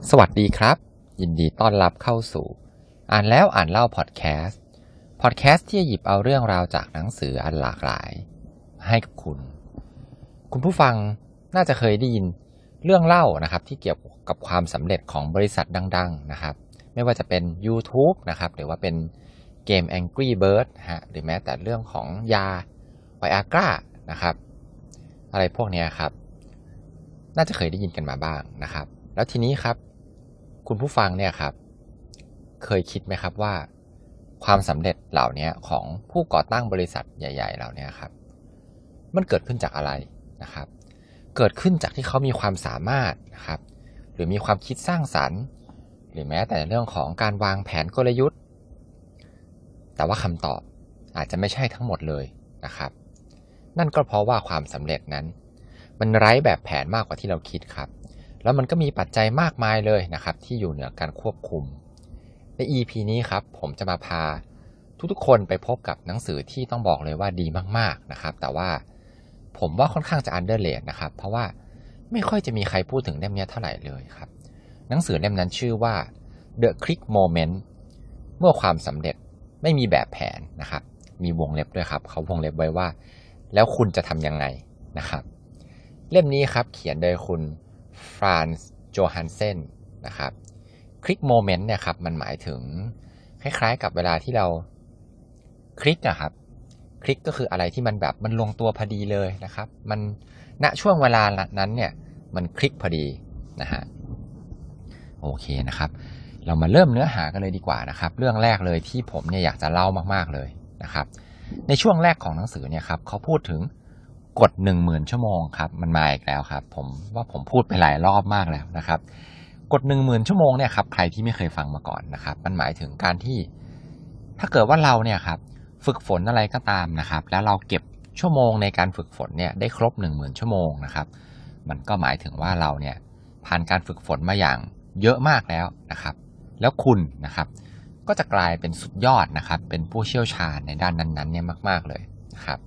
สวัสดีครับยินดีต้อนรับเข้าสู่อ่านแล้วอ่านเล่าพอดแคสต์ที่จะหยิบเอาเรื่องราวจากหนังสืออันหลากหลายให้กับคุณผู้ฟังน่าจะเคยได้ยินเรื่องเล่านะครับที่เกี่ยวกับความสำเร็จของบริษัทดังๆนะครับไม่ว่าจะเป็น YouTube นะครับหรือว่าเป็นเกม Angry Birds หรือแม้แต่เรื่องของยา Viagra นะครับอะไรพวกนี้ครับน่าจะเคยได้ยินกันมาบ้างนะครับแล้วทีนี้ครับคุณผู้ฟังเนี่ยครับเคยคิดไหมครับว่าความสำเร็จเหล่านี้ของผู้ก่อตั้งบริษัทใหญ่ๆเหล่านี้ครับมันเกิดขึ้นจากอะไรนะครับเกิดขึ้นจากที่เขามีความสามารถนะครับหรือมีความคิดสร้างสรรค์หรือแม้แต่เรื่องของการวางแผนกลยุทธ์แต่ว่าคำตอบอาจจะไม่ใช่ทั้งหมดเลยนะครับนั่นก็เพราะว่าความสำเร็จนั้นมันไร้แบบแผนมากกว่าที่เราคิดครับแล้วมันก็มีปัจจัยมากมายเลยนะครับที่อยู่เหนือการควบคุมใน EP นี้ครับผมจะมาพาทุกๆคนไปพบกับหนังสือที่ต้องบอกเลยว่าดีมากๆนะครับแต่ว่าผมว่าค่อนข้างจะ underrated นะครับเพราะว่าไม่ค่อยจะมีใครพูดถึงเล่มนี้เท่าไหร่เลยครับหนังสือเล่มนั้นชื่อว่า The Click Moment เมื่อความสำเร็จไม่มีแบบแผนนะครับมีวงเล็บด้วยครับเขาวงเล็บไว้ว่าแล้วคุณจะทำยังไงนะครับเล่มนี้ครับเขียนโดยคุณฟรานซ์โจฮันเซนนะครับคลิกโมเมนต์เนี่ยครับมันหมายถึงคล้ายๆกับเวลาที่เราคลิกอะครับคลิกก็คืออะไรที่มันแบบมันลงตัวพอดีเลยนะครับมันณช่วงเวลานั้นเนี่ยมันคลิกพอดีนะฮะโอเคนะครับเรามาเริ่มเนื้อหากันเลยดีกว่านะครับเรื่องแรกเลยที่ผมเนี่ยอยากจะเล่ามากๆเลยนะครับในช่วงแรกของหนังสือเนี่ยครับเขาพูดถึงกฎ 10,000 ชั่วโมงครับมันมาอีกแล้วครับผมว่าผมพูดไปหลายรอบมากแล้วนะครับกฎ 10,000 ชั่วโมงเนี่ยครับใครที่ไม่เคยฟังมาก่อนนะครับมันหมายถึงการที่ถ้าเกิดว่าเราเนี่ยครับฝึกฝนอะไรก็ตามนะครับแล้วเราเก็บชั่วโมงในการฝึกฝนเนี่ยได้ครบ 10,000 ชั่วโมงนะครับมันก็หมายถึงว่าเราเนี่ยผ่านการฝึกฝนมาอย่างเยอะมากแล้วนะครับแล้วคุณนะครับก็จะกลายเป็นสุดยอดนะครับเป็นผู้เชี่ยวชาญในด้านนั้นๆเนี่ยมากๆเลยนะครับ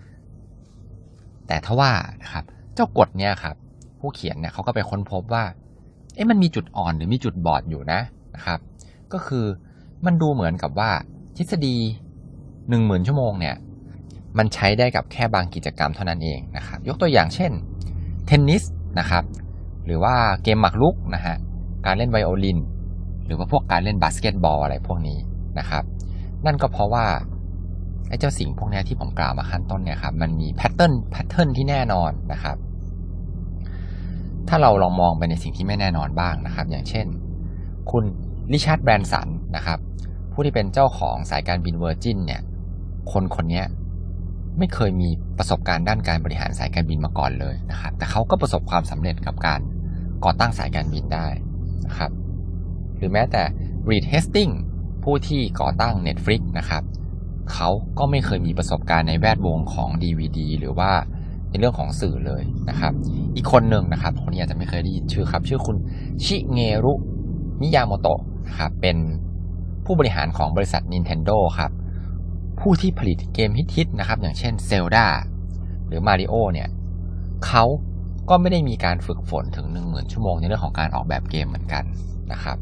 แต่ถ้าว่านะครับเจ้ากฎเนี่ยครับผู้เขียนเนี่ยเขาก็ไปค้นพบว่ามันมีจุดอ่อนหรือมีจุดบอดอยู่นะครับก็คือมันดูเหมือนกับว่าทฤษฎี 10,000 ชั่วโมงเนี่ยมันใช้ได้กับแค่บางกิจกรรมเท่านั้นเองนะครับยกตัวอย่างเช่นเทนนิสนะครับหรือว่าเกมหมากรุกนะฮะการเล่นไวโอลินหรือว่าพวกการเล่นบาสเกตบอลอะไรพวกนี้นะครับนั่นก็เพราะว่าไอ้เจ้าสิ่งพวกนี้ที่ผมกล่าวมาขั้นต้นเนี่ยครับมันมีแพทเทิร์นที่แน่นอนนะครับถ้าเราลองมองไปในสิ่งที่ไม่แน่นอนบ้างนะครับอย่างเช่นคุณริชาร์ดแบรนสันนะครับผู้ที่เป็นเจ้าของสายการบินเวอร์จินเนี่ยคนนี้ไม่เคยมีประสบการณ์ด้านการบริหารสายการบินมาก่อนเลยนะครับแต่เขาก็ประสบความสำเร็จกับการก่อตั้งสายการบินได้นะครับหรือแม้แต่ Reed Hastings ผู้ที่ก่อตั้ง Netflix นะครับเขาก็ไม่เคยมีประสบการณ์ในแวดวงของ DVD หรือว่าในเรื่องของสื่อเลยนะครับอีกคนหนึ่งนะครับคนนี้อาจจะไม่เคยได้ยินชื่อครับชื่อคุณชิเงรุมิยาโมโตะนะครับเป็นผู้บริหารของบริษัท Nintendo ครับผู้ที่ผลิตเกมฮิตๆนะครับอย่างเช่น Zelda หรือ Mario เนี่ยเขาก็ไม่ได้มีการฝึกฝนถึง 10,000 ชั่วโมงในเรื่องของการออกแบบเกมเหมือนกันนะครับ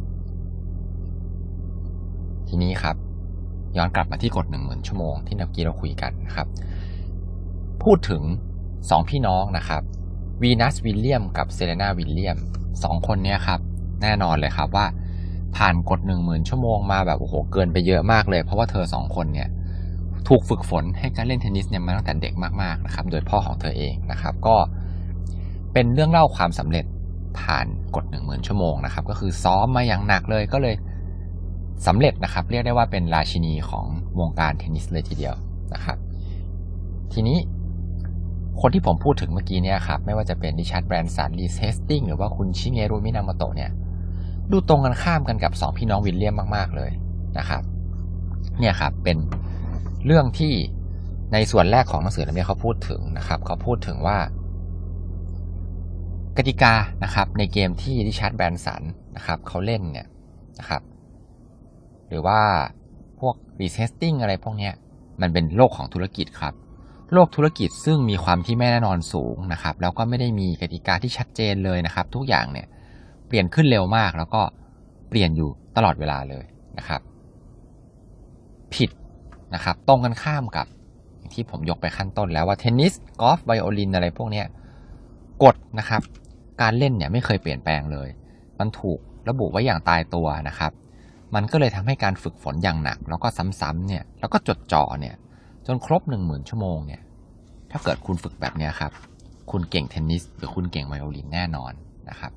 ทีนี้ครับย้อนกลับมาที่กฎ 10,000 ชั่วโมงที่เมื่อกี้เราคุยกันนะครับพูดถึง2พี่น้องนะครับวีนัสวิลเลียมกับเซเลนาวิลเลียม2คนนี้ครับแน่นอนเลยครับว่าผ่านกฎ 10,000 ชั่วโมงมาแบบโอ้โหเกินไปเยอะมากเลยเพราะว่าเธอ2คนเนี่ยถูกฝึกฝนให้การเล่นเทนนิสเนี่ยมาตั้งแต่เด็กมากๆนะครับโดยพ่อของเธอเองนะครับก็เป็นเรื่องเล่าความสำเร็จผ่านกฎ 10,000 ชั่วโมงนะครับก็คือซ้อมมาอย่างหนักเลยก็เลยสำเร็จนะครับเรียกได้ว่าเป็นราชินีของวงการเทนนิสเลยทีเดียวนะครับทีนี้คนที่ผมพูดถึงเมื่อกี้เนี่ยครับไม่ว่าจะเป็นริชาร์ดแบรนสันรีเฮสติงหรือว่าคุณชิเงรุมินาโมโตะเนี่ยดูตรงกันข้ามกันกับ2พี่น้องวิลเลียมมากๆเลยนะครับเนี่ยครับเป็นเรื่องที่ในส่วนแรกของหนังสือเล่มนี้เขาพูดถึงนะครับเขาพูดถึงว่ากติกานะครับในเกมที่ริชาร์ดแบรนสันนะครับเขาเล่นเนี่ยนะครับหรือว่าพวกรีเฮสติงอะไรพวกนี้มันเป็นโลกของธุรกิจครับโลกธุรกิจซึ่งมีความที่ไม่แน่นอนสูงนะครับแล้วก็ไม่ได้มีกติกาที่ชัดเจนเลยนะครับทุกอย่างเนี่ยเปลี่ยนขึ้นเร็วมากแล้วก็เปลี่ยนอยู่ตลอดเวลาเลยนะครับผิดนะครับตรงกันข้ามกับที่ผมยกไปขั้นต้นแล้วว่าเทนนิสกอล์ฟไวโอลินอะไรพวกนี้กฎนะครับการเล่นเนี่ยไม่เคยเปลี่ยนแปลงเลยมันถูกระบุไว้อย่างตายตัวนะครับมันก็เลยทำให้การฝึกฝนอย่างหนักแล้วก็ซ้ำๆเนี่ยแล้วก็จดจ่อเนี่ยจนครบ 10,000 ชั่วโมงเนี่ยถ้าเกิดคุณฝึกแบบนี้ครับคุณเก่งเทนนิสหรือคุณเก่งไวโอลินแน่นอนนะครับ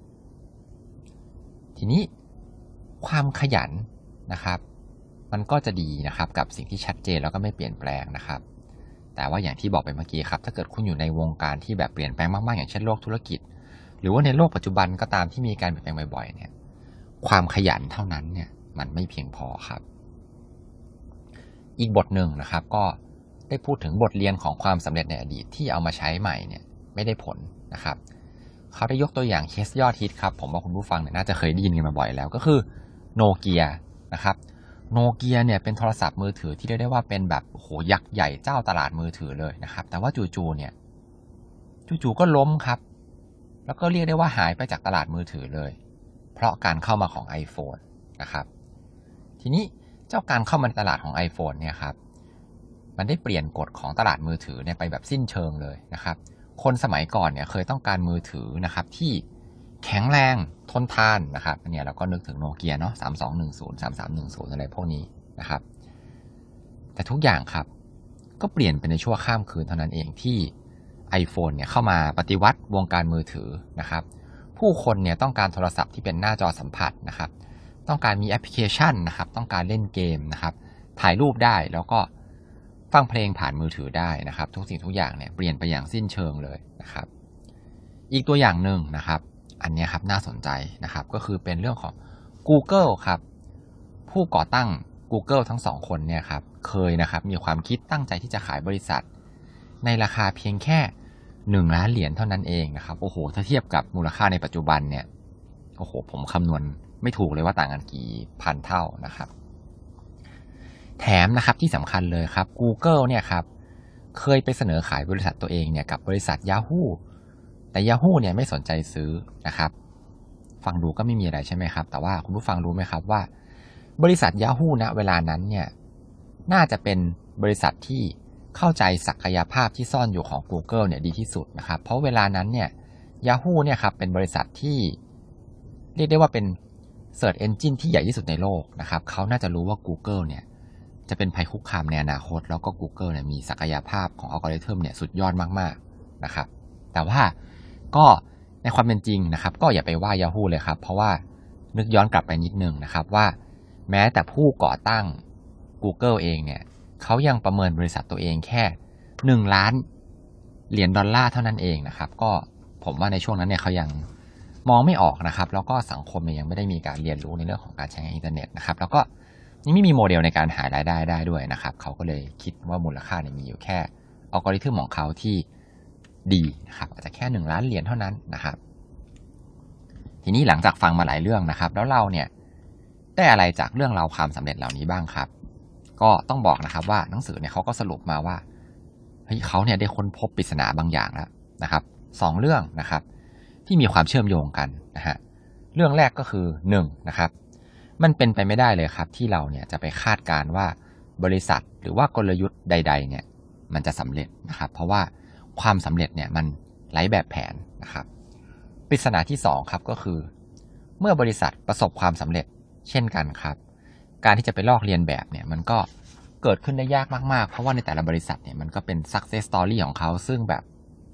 ทีนี้ความขยันนะครับมันก็จะดีนะครับกับสิ่งที่ชัดเจนแล้วก็ไม่เปลี่ยนแปลงนะครับแต่ว่าอย่างที่บอกไปเมื่อกี้ครับถ้าเกิดคุณอยู่ในวงการที่แบบเปลี่ยนแปลงมากๆอย่างเช่นโลกธุรกิจหรือว่าในโลกปัจจุบันก็ตามที่มีการเปลี่ยนแปลงบ่อยๆเนี่ยความขยันเท่านั้นเนี่ยมันไม่เพียงพอครับอีกบทหนึ่งนะครับก็ได้พูดถึงบทเรียนของความสำเร็จในอดีตที่เอามาใช้ใหม่เนี่ยไม่ได้ผลนะครับเขาได้ยกตัวอย่างเคสยอดฮิตครับผมว่าคุณผู้ฟังเนี่ยน่าจะเคยได้ยินกันมาบ่อยแล้วก็คือโนเกียนะครับโนเกียเนี่ยเป็นโทรศัพท์มือถือที่เรียกได้ว่าเป็นแบบโหยักษ์ใหญ่เจ้าตลาดมือถือเลยนะครับแต่ว่าจู่ๆก็ล้มครับแล้วก็เรียกได้ว่าหายไปจากตลาดมือถือเลยเพราะการเข้ามาของ iPhone นะครับทีนี้เจ้าการเข้ามาในตลาดของ iPhone เนี่ยครับมันได้เปลี่ยนกฎของตลาดมือถือเนี่ยไปแบบสิ้นเชิงเลยนะครับคนสมัยก่อนเนี่ยเคยต้องการมือถือนะครับที่แข็งแรงทนทานนะครับเนี่ยเราก็นึกถึงโนเกียเนาะ3210 3310อะไรพวกนี้นะครับแต่ทุกอย่างครับก็เปลี่ยนไปในชั่วข้ามคืนเท่านั้นเองที่ iPhone เนี่ยเข้ามาปฏิวัติวงการมือถือนะครับผู้คนเนี่ยต้องการโทรศัพท์ที่เป็นหน้าจอสัมผัสนะครับต้องการมีแอปพลิเคชันนะครับต้องการเล่นเกมนะครับถ่ายรูปได้แล้วก็ฟังเพลงผ่านมือถือได้นะครับทุกสิ่งทุกอย่างเนี่ยเปลี่ยนไปอย่างสิ้นเชิงเลยนะครับอีกตัวอย่างหนึ่งนะครับอันนี้ครับน่าสนใจนะครับก็คือเป็นเรื่องของ Google ครับผู้ก่อตั้ง Google ทั้งสองคนเนี่ยครับเคยนะครับมีความคิดตั้งใจที่จะขายบริษัทในราคาเพียงแค่1 ล้านเหรียญเท่านั้นเองนะครับโอ้โหถ้าเทียบกับมูลค่าในปัจจุบันเนี่ยโอ้โหผมคำนวณไม่ถูกเลยว่าต่างกันกี่พันเท่านะครับแถมนะครับที่สำคัญเลยครับ Google เนี่ยครับเคยไปเสนอขายบริษัทตัวเองเนี่ยกับบริษัท Yahoo แต่ Yahoo เนี่ยไม่สนใจซื้อนะครับฟังดูก็ไม่มีอะไรใช่ไหมครับแต่ว่าคุณผู้ฟังรู้ไหมครับว่าบริษัท Yahoo ณเวลานั้นเนี่ยน่าจะเป็นบริษัทที่เข้าใจศักยภาพที่ซ่อนอยู่ของ Google เนี่ยดีที่สุดนะครับเพราะเวลานั้นเนี่ย Yahoo เนี่ยครับเป็นบริษัทที่เรียกได้ว่าเป็น Search Engine ที่ใหญ่ที่สุดในโลกนะครับเขาน่าจะรู้ว่า Google เนี่ยจะเป็นภัยคุกคามในอนาคตแล้วก็ Google เนี่ยมีศักยภาพของอัลกอริทึมเนี่ยสุดยอดมากๆนะครับแต่ว่าก็ในความเป็นจริงนะครับก็อย่าไปว่า Yahoo เลยครับเพราะว่านึกย้อนกลับไปนิดนึงนะครับว่าแม้แต่ผู้ก่อตั้ง Google เองเนี่ยเขายังประเมินบริษัทตัวเองแค่1 ล้านเหรียญดอลลาร์เท่านั้นเองนะครับก็ผมว่าในช่วงนั้นเนี่ยเขายังมองไม่ออกนะครับแล้วก็สังคมเนี่ยยังไม่ได้มีการเรียนรู้ในเรื่องของการใช้อินเทอร์เน็ตนะครับแล้วก็ยังไม่มีโมเดลในการหารายได้ได้ด้วยนะครับเขาก็เลยคิดว่ามูลค่าเนี่ยมีอยู่แค่อัลกอริทึมของเขาที่ดีนะครับอาจจะแค่1 ล้านเหรียญเท่านั้นนะครับทีนี้หลังจากฟังมาหลายเรื่องนะครับแล้วเราเนี่ยได้อะไรจากเรื่องราวความสำเร็จเหล่านี้บ้างครับก็ต้องบอกนะครับว่าหนังสือเนี่ยเขาก็สรุปมาว่าเฮ้ยเขาเนี่ยได้ค้นพบปริศนาบางอย่างแล้วนะครับ2 เรื่องนะครับที่มีความเชื่อมโยงกันนะฮะเรื่องแรกก็คือ1นะครับมันเป็นไปไม่ได้เลยครับที่เราเนี่ยจะไปคาดการณ์ว่าบริษัทหรือว่ากลยุทธ์ใดๆเนี่ยมันจะสำเร็จนะครับเพราะว่าความสำเร็จเนี่ยมันไร้แบบแผนนะครับปริศนาที่2ครับก็คือเมื่อบริษัทประสบความสำเร็จเช่นกันครับการที่จะไปลอกเลียนแบบเนี่ยมันก็เกิดขึ้นได้ยากมากๆเพราะว่าในแต่ละบริษัทเนี่ยมันก็เป็น success story ของเขาซึ่งแบบ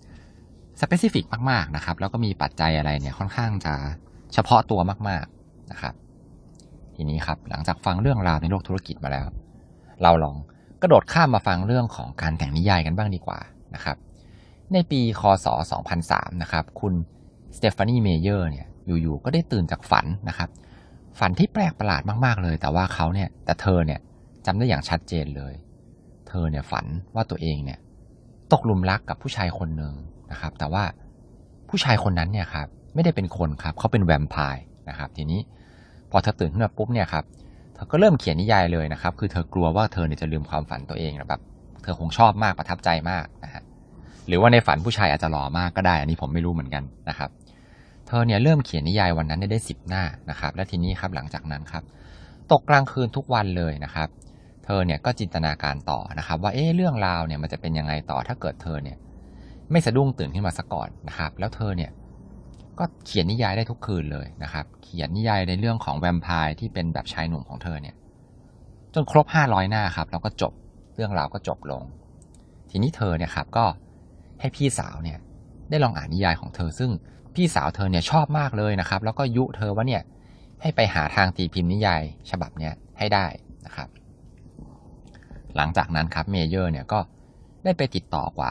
specific มากๆนะครับแล้วก็มีปัจจัยอะไรเนี่ยค่อนข้างจะเฉพาะตัวมากๆนะครับทีนี้ครับหลังจากฟังเรื่องราวในโลกธุรกิจมาแล้วเราลองกระโดดข้ามมาฟังเรื่องของการแต่งนิยายกันบ้างดีกว่านะครับในปีคศ2003นะครับคุณสเตฟานีเมเยอร์เนี่ยอยู่ๆก็ได้ตื่นจากฝันนะครับฝันที่แปลกประหลาดมากๆเลยแต่เธอเนี่ยจำได้อย่างชัดเจนเลยเธอเนี่ยฝันว่าตัวเองเนี่ยตกหลุมรักกับผู้ชายคนหนึ่งนะครับแต่ว่าผู้ชายคนนั้นเนี่ยครับไม่ได้เป็นคนครับเขาเป็นแวมไพร์นะครับทีนี้พอเธอตื่นขึ้นมาปุ๊บเนี่ยครับเธอก็เริ่มเขียนนิยายเลยนะครับคือเธอกลัวว่าเธอเนี่ยจะลืมความฝันตัวเองแบบเธอคงชอบมากประทับใจมากนะฮะหรือว่าในฝันผู้ชายอาจจะหล่อมากก็ได้อันนี้ผมไม่รู้เหมือนกันนะครับเธอเนี่ยเริ่มเขียนนิยายวันนั้นได้10 หน้านะครับและทีนี้ครับหลังจากนั้นครับตกกลางคืนทุกวันเลยนะครับเธอเนี่ยก็จินตนาการต่อนะครับว่าเรื่องราวเนี่ยมันจะเป็นยังไงต่อถ้าเกิดเธอเนี่ยไม่สะดุ้งตื่นขึ้นมาซะก่อนนะครับแล้วเธอเนี่ยก็เขียนนิยายได้ทุกคืนเลยนะครับเขียนนิยายในเรื่องของแวมไพร์ที่เป็นแบบชายหนุ่มของเธอเนี่ยจนครบ500 หน้าครับแล้วก็จบเรื่องราวก็จบลงทีนี้เธอเนี่ยครับก็ให้พี่สาวเนี่ยได้ลองอ่านนิยายของเธอซึ่งพี่สาวเธอเนี่ยชอบมากเลยนะครับแล้วก็ยุเธอว่าเนี่ยให้ไปหาทางตีพิมพ์นิยายฉบับเนี้ยให้ได้นะครับหลังจากนั้นครับเมเยอร์เนี่ยก็ได้ไปติดต่อกว่า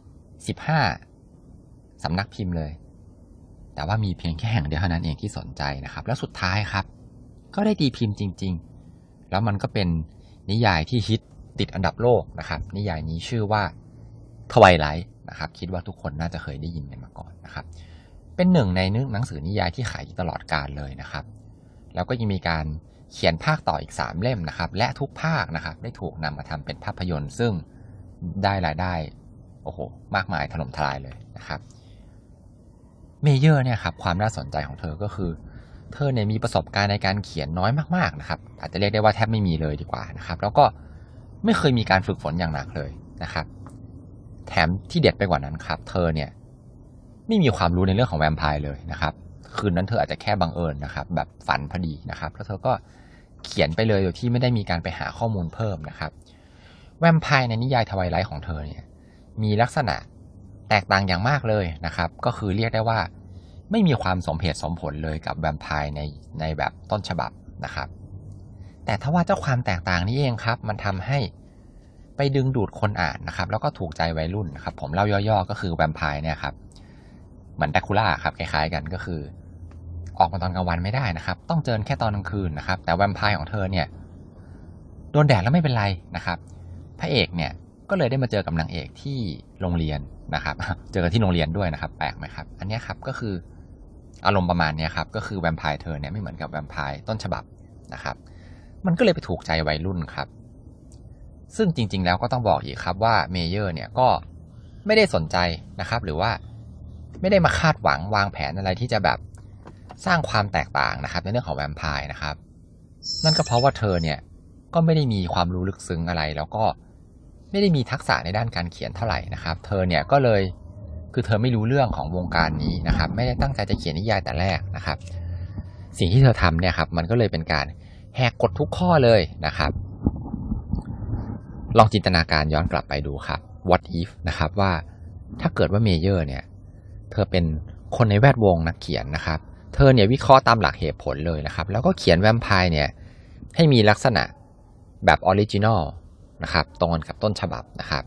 15 สำนักพิมพ์เลยแต่ว่ามีเพียงแค่แห่งเดียวเท่านั้นเองที่สนใจนะครับแล้วสุดท้ายครับก็ได้ตีพิมพ์จริงๆแล้วมันก็เป็นนิยายที่ฮิตติดอันดับโลกนะครับนิยายนี้ชื่อว่าทไวไลท์นะครับคิดว่าทุกคนน่าจะเคยได้ยินกันมาก่อนนะครับเป็นหนึ่งในหนังสือนิยายที่ขายตลอดกาลเลยนะครับแล้วก็ยังมีการเขียนภาคต่ออีก3 เล่มนะครับและทุกภาคนะครับได้ถูกนำมาทำเป็นภาพยนตร์ซึ่งได้รายได้โอ้โหมากมายถล่มทลายเลยนะครับเมเยอร์เนี่ยครับความน่าสนใจของเธอก็คือเธอเนี่ยมีประสบการณ์ในการเขียนน้อยมากๆนะครับอาจจะเรียกได้ว่าแทบไม่มีเลยดีกว่านะครับแล้วก็ไม่เคยมีการฝึกฝนอย่างหนักเลยนะครับแถมที่เด็ดไปกว่านั้นครับเธอเนี่ยไม่มีความรู้ในเรื่องของแวมไพร์เลยนะครับคืนนั้นเธออาจจะแค่บังเอิญนะครับแบบฝันพอดีนะครับแล้วเธอก็เขียนไปเลยโดยที่ไม่ได้มีการไปหาข้อมูลเพิ่มนะครับแวมไพร์ในนิยายทไวไลท์ของเธอเนี่ยมีลักษณะแตกต่างอย่างมากเลยนะครับก็คือเรียกได้ว่าไม่มีความสมเหตุสมผลเลยกับแวมไพร์ในแบบต้นฉบับนะครับแต่ถ้าว่าเจ้าความแตกต่างนี้เองครับมันทำให้ไปดึงดูดคนอ่านนะครับแล้วก็ถูกใจวัยรุ่นนะครับผมเล่าย่อๆก็คือแวมไพร์เนี่ยครับเหมือนแดคูล่าครับคล้ายๆกันก็คือออกมาตอนกลางวันไม่ได้นะครับต้องเจอแค่ตอนกลางคืนนะครับแต่แวมไพร์ของเธอเนี่ยโดนแดดแล้วไม่เป็นไรนะครับพระเอกเนี่ยก็เลยได้มาเจอกับนางเอกที่โรงเรียนนะครับเจอกันที่โรงเรียนด้วยนะครับแปลกไหมครับอันนี้ครับก็คืออารมณ์ประมาณนี้ครับก็คือแวมไพร์เธอเนี่ยไม่เหมือนกับแวมไพร์ต้นฉบับนะครับมันก็เลยไปถูกใจวัยรุ่นครับซึ่งจริงๆแล้วก็ต้องบอกอีกครับว่าเมเยอร์เนี่ยก็ไม่ได้สนใจนะครับหรือว่าไม่ได้มาคาดหวังวางแผนอะไรที่จะแบบสร้างความแตกต่างนะครับในเรื่องของแวมไพร์นะครับนั่นก็เพราะว่าเธอเนี่ยก็ไม่ได้มีความรู้ลึกซึ้งอะไรแล้วก็ไม่ได้มีทักษะในด้านการเขียนเท่าไหร่นะครับเธอเนี่ยก็เลยคือเธอไม่รู้เรื่องของวงการนี้นะครับไม่ได้ตั้งใจจะเขียนนิยายแต่แรกนะครับสิ่งที่เธอทำเนี่ยครับมันก็เลยเป็นการแหกกฎทุกข้อเลยนะครับลองจินตนาการย้อนกลับไปดูครับ what if นะครับว่าถ้าเกิดว่าเมเยอร์เนี่ยเธอเป็นคนในแวดวงนักเขียนนะครับเธอเนี่ยวิเคราะห์ตามหลักเหตุผลเลยนะครับแล้วก็เขียนแวมไพร์เนี่ยให้มีลักษณะแบบออริจินอลนะครับตรงกันกับต้นฉบับนะครับ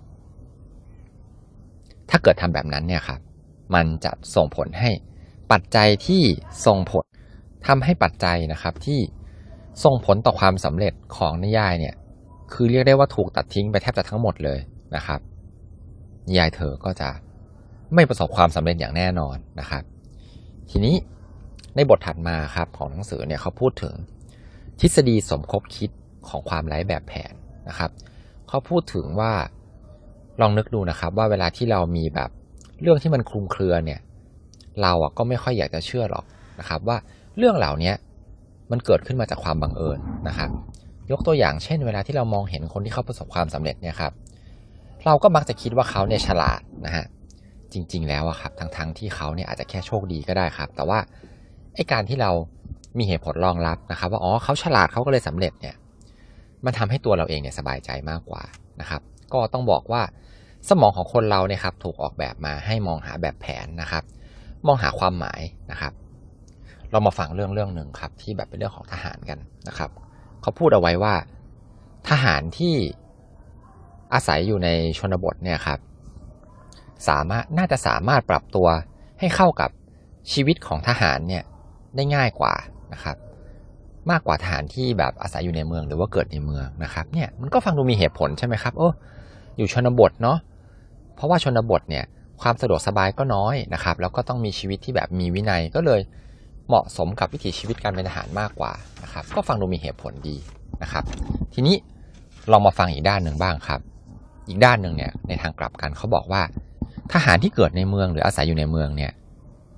ถ้าเกิดทำแบบนั้นเนี่ยครับมันจะส่งผลให้ปัจจัยที่ส่งผลทำให้ปัจจัยนะครับที่ส่งผลต่อความสำเร็จของนิยายเนี่ยคือเรียกได้ว่าถูกตัดทิ้งไปแทบจะทั้งหมดเลยนะครับนิยายเธอก็จะไม่ประสบความสำเร็จอย่างแน่นอนนะครับทีนี้ในบทถัดมาครับของหนังสือเนี่ยเขาพูดถึงทฤษฎีสมคบคิดของความไร้แบบแผนนะครับเขาพูดถึงว่าลองนึกดูนะครับว่าเวลาที่เรามีแบบเรื่องที่มันคลุมเครือเนี่ยเราก็ไม่ค่อยอยากจะเชื่อหรอกนะครับว่าเรื่องเหล่านี้มันเกิดขึ้นมาจากความบังเอิญนะครับยกตัวอย่างเช่นเวลาที่เรามองเห็นคนที่เขาประสบความสำเร็จเนี่ยครับเราก็มักจะคิดว่าเขาเนี่ยฉลาดนะฮะจริงๆแล้วครับทั้งที่เขาเนี่ยอาจจะแค่โชคดีก็ได้ครับแต่ว่าไอ้การที่เรามีเหตุผลรองรับนะครับว่าเขาฉลาดเขาก็เลยสำเร็จเนี่ยมันทำให้ตัวเราเองเนี่ยสบายใจมากกว่านะครับก็ต้องบอกว่าสมองของคนเราเนี่ยครับถูกออกแบบมาให้มองหาแบบแผนนะครับมองหาความหมายนะครับเรามาฟังเรื่องหนึ่งครับที่แบบเป็นเรื่องของทหารกันนะครับเขาพูดเอาไว้ว่าทหารที่อาศัยอยู่ในชนบทเนี่ยครับน่าจะสามารถปรับตัวให้เข้ากับชีวิตของทหารเนี่ยได้ง่ายกว่านะครับมากกว่าทหารที่แบบอาศัยอยู่ในเมืองหรือว่าเกิดในเมืองนะครับเนี่ยมันก็ฟังดูมีเหตุผลใช่ไหมครับอยู่ชนบทเนาะเพราะว่าชนบทเนี่ยความสะดวกสบายก็น้อยนะครับแล้วก็ต้องมีชีวิตที่แบบมีวินัยก็เลยเหมาะสมกับวิถีชีวิตการเป็นทหารมากกว่านะครับก็ฟังดูมีเหตุผลดีนะครับทีนี้ลองมาฟังอีกด้านหนึ่งบ้างครับอีกด้านหนึ่งเนี่ยในทางกลับกันเขาบอกว่าทหารที่เกิดในเมืองหรืออาศัยอยู่ในเมืองเนี่ยป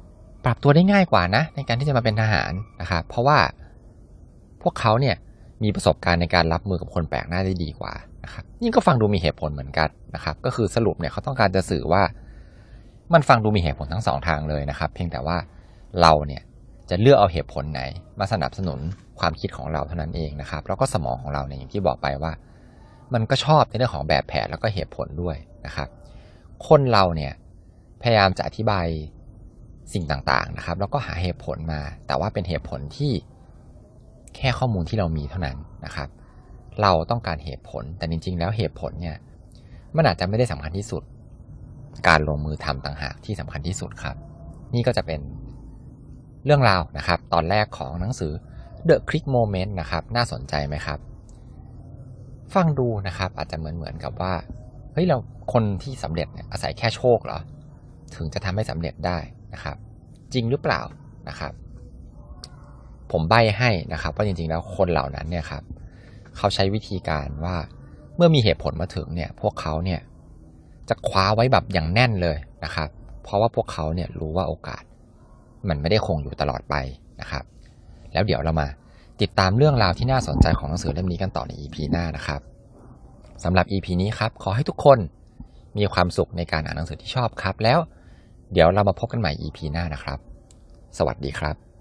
ปรับตัวได้ง่ายกว่านะในการที่จะมาเป็นทหารนะครับเพราะว่าพวกเขาเนี่ยมีประสบการณ์ในการรับมือกับคนแปลกหน้าได้ดีกว่านะครับนี่ก็ฟังดูมีเหตุผลเหมือนกันนะครับก็คือสรุปเนี่ยเขาต้องการจะสื่อว่ามันฟังดูมีเหตุผลทั้งสองทางเลยนะครับเพียงแต่ว่าเราเนี่ยจะเลือกเอาเหตุผลไหนมาสนับสนุนความคิดของเราเท่านั้นเองนะครับแล้วก็สมองของเราเนี่ยอย่างที่บอกไปว่ามันก็ชอบในเรื่องของแบบแผนแล้วก็เหตุผลด้วยนะครับคนเราเนี่ยพยายามจะอธิบายสิ่งต่างๆนะครับแล้วก็หาเหตุผลมาแต่ว่าเป็นเหตุผลที่แค่ข้อมูลที่เรามีเท่านั้นนะครับเราต้องการเหตุผลแต่จริงๆแล้วเหตุผลเนี่ยมันอาจจะไม่ได้สำคัญที่สุดการลงมือทำต่างหากที่สำคัญที่สุดครับนี่ก็จะเป็นเรื่องราวนะครับตอนแรกของหนังสือ The Click Moment นะครับน่าสนใจไหมครับฟังดูนะครับอาจจะเหมือนกับว่าเฮ้ยเราคนที่สำเร็จเนี่ยอาศัยแค่โชคเหรอถึงจะทำให้สำเร็จได้นะครับจริงหรือเปล่านะครับผมใบ้ให้นะครับว่าจริงๆแล้วคนเหล่านั้นเนี่ยครับเขาใช้วิธีการว่าเมื่อมีเหตุผลมาถึงเนี่ยพวกเขาเนี่ยจะคว้าไว้แบบอย่างแน่นเลยนะครับเพราะว่าพวกเขาเนี่ยรู้ว่าโอกาสมันไม่ได้คงอยู่ตลอดไปนะครับแล้วเดี๋ยวเรามาติดตามเรื่องราวที่น่าสนใจของหนังสือเล่มนี้กันต่อใน EP หน้านะครับสำหรับ EP นี้ครับขอให้ทุกคนมีความสุขในการอ่านหนังสือที่ชอบครับแล้วเดี๋ยวเรามาพบกันใหม่ EP หน้านะครับสวัสดีครับ